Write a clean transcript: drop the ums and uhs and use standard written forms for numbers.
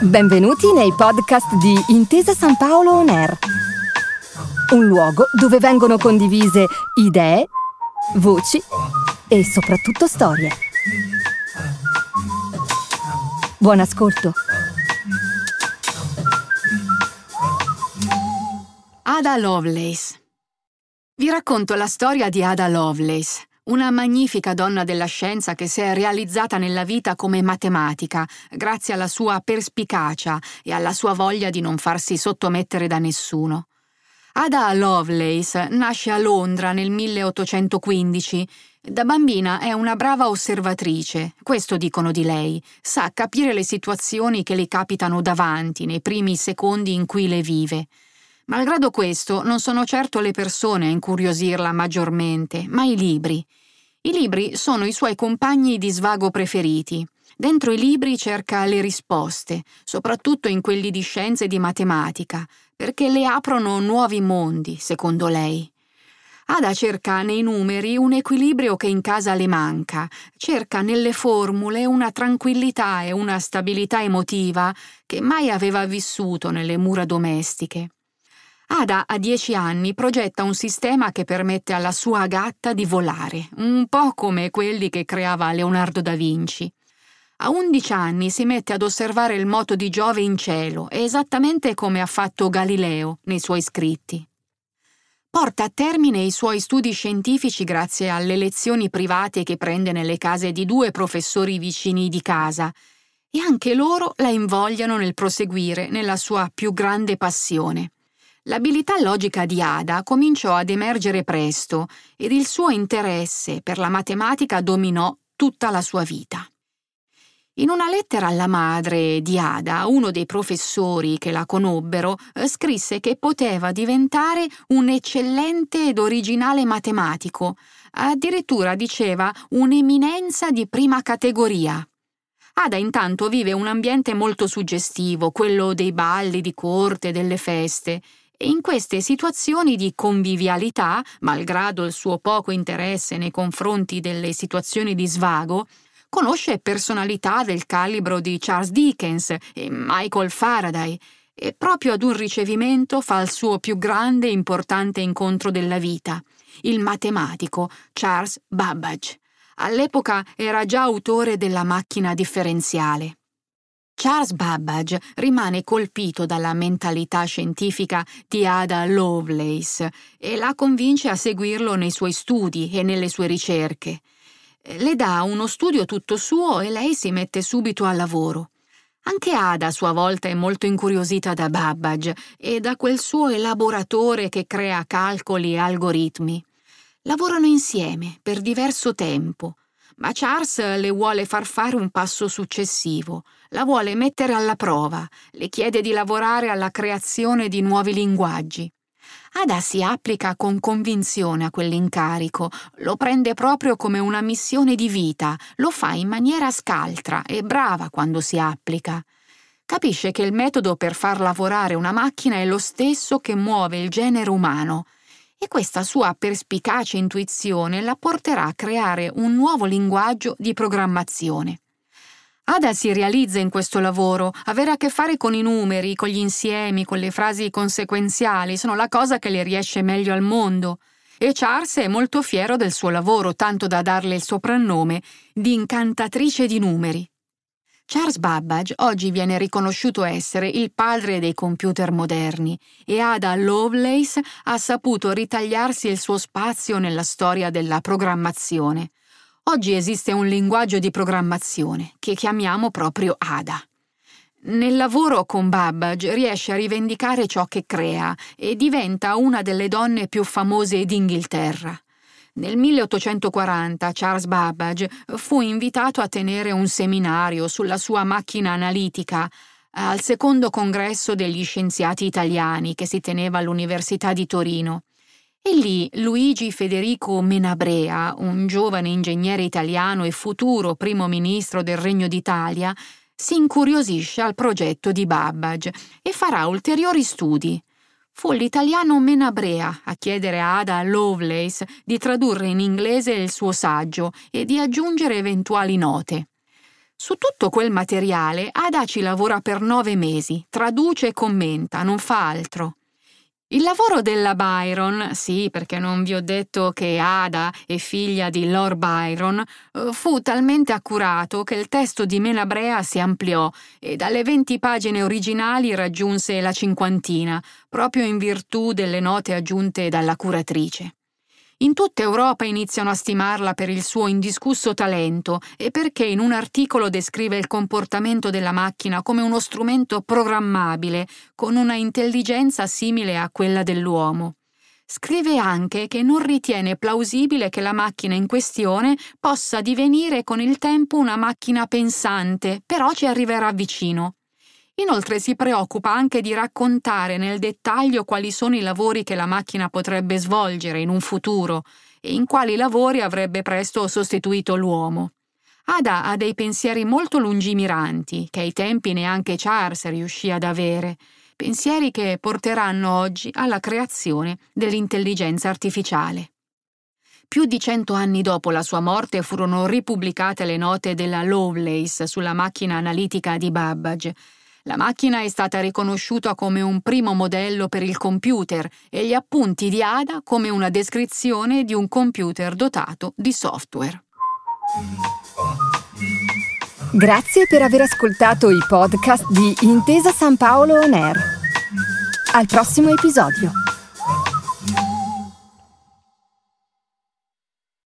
Benvenuti nei podcast di Intesa San Paolo On Air, un luogo dove vengono condivise idee, voci e soprattutto storie. Buon ascolto. Ada Lovelace. Vi racconto la storia di Ada Lovelace, una magnifica donna della scienza che si è realizzata nella vita come matematica, grazie alla sua perspicacia e alla sua voglia di non farsi sottomettere da nessuno. Ada Lovelace nasce a Londra nel 1815. Da bambina è una brava osservatrice, questo dicono di lei. Sa capire le situazioni che le capitano davanti nei primi secondi in cui le vive. Malgrado questo, non sono certo le persone a incuriosirla maggiormente, ma i libri. I libri sono i suoi compagni di svago preferiti. Dentro i libri cerca le risposte, soprattutto in quelli di scienze e di matematica, perché le aprono nuovi mondi, secondo lei. Ada cerca nei numeri un equilibrio che in casa le manca, cerca nelle formule una tranquillità e una stabilità emotiva che mai aveva vissuto nelle mura domestiche. Ada, a 10 anni, progetta un sistema che permette alla sua gatta di volare, un po' come quelli che creava Leonardo da Vinci. A 11 anni si mette ad osservare il moto di Giove in cielo, esattamente come ha fatto Galileo nei suoi scritti. Porta a termine i suoi studi scientifici grazie alle lezioni private che prende nelle case di 2 professori vicini di casa, e anche loro la invogliano nel proseguire nella sua più grande passione. L'abilità logica di Ada cominciò ad emergere presto ed il suo interesse per la matematica dominò tutta la sua vita. In una lettera alla madre di Ada, uno dei professori che la conobbero scrisse che poteva diventare un eccellente ed originale matematico, addirittura diceva un'eminenza di prima categoria. Ada intanto vive un ambiente molto suggestivo, quello dei balli di corte, delle feste, e in queste situazioni di convivialità, malgrado il suo poco interesse nei confronti delle situazioni di svago, conosce personalità del calibro di Charles Dickens e Michael Faraday, e proprio ad un ricevimento fa il suo più grande e importante incontro della vita, il matematico Charles Babbage. All'epoca era già autore della macchina differenziale. Charles Babbage rimane colpito dalla mentalità scientifica di Ada Lovelace e la convince a seguirlo nei suoi studi e nelle sue ricerche. Le dà uno studio tutto suo e lei si mette subito al lavoro. Anche Ada a sua volta è molto incuriosita da Babbage e da quel suo elaboratore che crea calcoli e algoritmi. Lavorano insieme per diverso tempo, ma Charles le vuole far fare un passo successivo, la vuole mettere alla prova, le chiede di lavorare alla creazione di nuovi linguaggi. Ada si applica con convinzione a quell'incarico, lo prende proprio come una missione di vita, lo fa in maniera scaltra e brava quando si applica. Capisce che il metodo per far lavorare una macchina è lo stesso che muove il genere umano, e questa sua perspicace intuizione la porterà a creare un nuovo linguaggio di programmazione. Ada si realizza in questo lavoro. Avere a che fare con i numeri, con gli insiemi, con le frasi conseguenziali sono la cosa che le riesce meglio al mondo. E Charles è molto fiero del suo lavoro, tanto da darle il soprannome di incantatrice di numeri. Charles Babbage oggi viene riconosciuto essere il padre dei computer moderni e Ada Lovelace ha saputo ritagliarsi il suo spazio nella storia della programmazione. Oggi esiste un linguaggio di programmazione che chiamiamo proprio Ada. Nel lavoro con Babbage riesce a rivendicare ciò che crea e diventa una delle donne più famose d'Inghilterra. Nel 1840 Charles Babbage fu invitato a tenere un seminario sulla sua macchina analitica al secondo congresso degli scienziati italiani che si teneva all'Università di Torino. E lì Luigi Federico Menabrea, un giovane ingegnere italiano e futuro primo ministro del Regno d'Italia, si incuriosisce al progetto di Babbage e farà ulteriori studi. Fu l'italiano Menabrea a chiedere a Ada Lovelace di tradurre in inglese il suo saggio e di aggiungere eventuali note. Su tutto quel materiale Ada ci lavora per 9 mesi, traduce e commenta, non fa altro. Il lavoro della Byron, sì, perché non vi ho detto che Ada è figlia di Lord Byron, fu talmente accurato che il testo di Menabrea si ampliò e dalle 20 pagine originali raggiunse la 50, proprio in virtù delle note aggiunte dalla curatrice. In tutta Europa iniziano a stimarla per il suo indiscusso talento e perché in un articolo descrive il comportamento della macchina come uno strumento programmabile con una intelligenza simile a quella dell'uomo. Scrive anche che non ritiene plausibile che la macchina in questione possa divenire con il tempo una macchina pensante, però ci arriverà vicino. Inoltre si preoccupa anche di raccontare nel dettaglio quali sono i lavori che la macchina potrebbe svolgere in un futuro e in quali lavori avrebbe presto sostituito l'uomo. Ada ha dei pensieri molto lungimiranti, che ai tempi neanche Charles riuscì ad avere, pensieri che porteranno oggi alla creazione dell'intelligenza artificiale. Più di 100 anni dopo la sua morte furono ripubblicate le note della Lovelace sulla macchina analitica di Babbage. La macchina è stata riconosciuta come un primo modello per il computer e gli appunti di Ada come una descrizione di un computer dotato di software. Grazie per aver ascoltato i podcast di Intesa San Paolo On Air. Al prossimo episodio.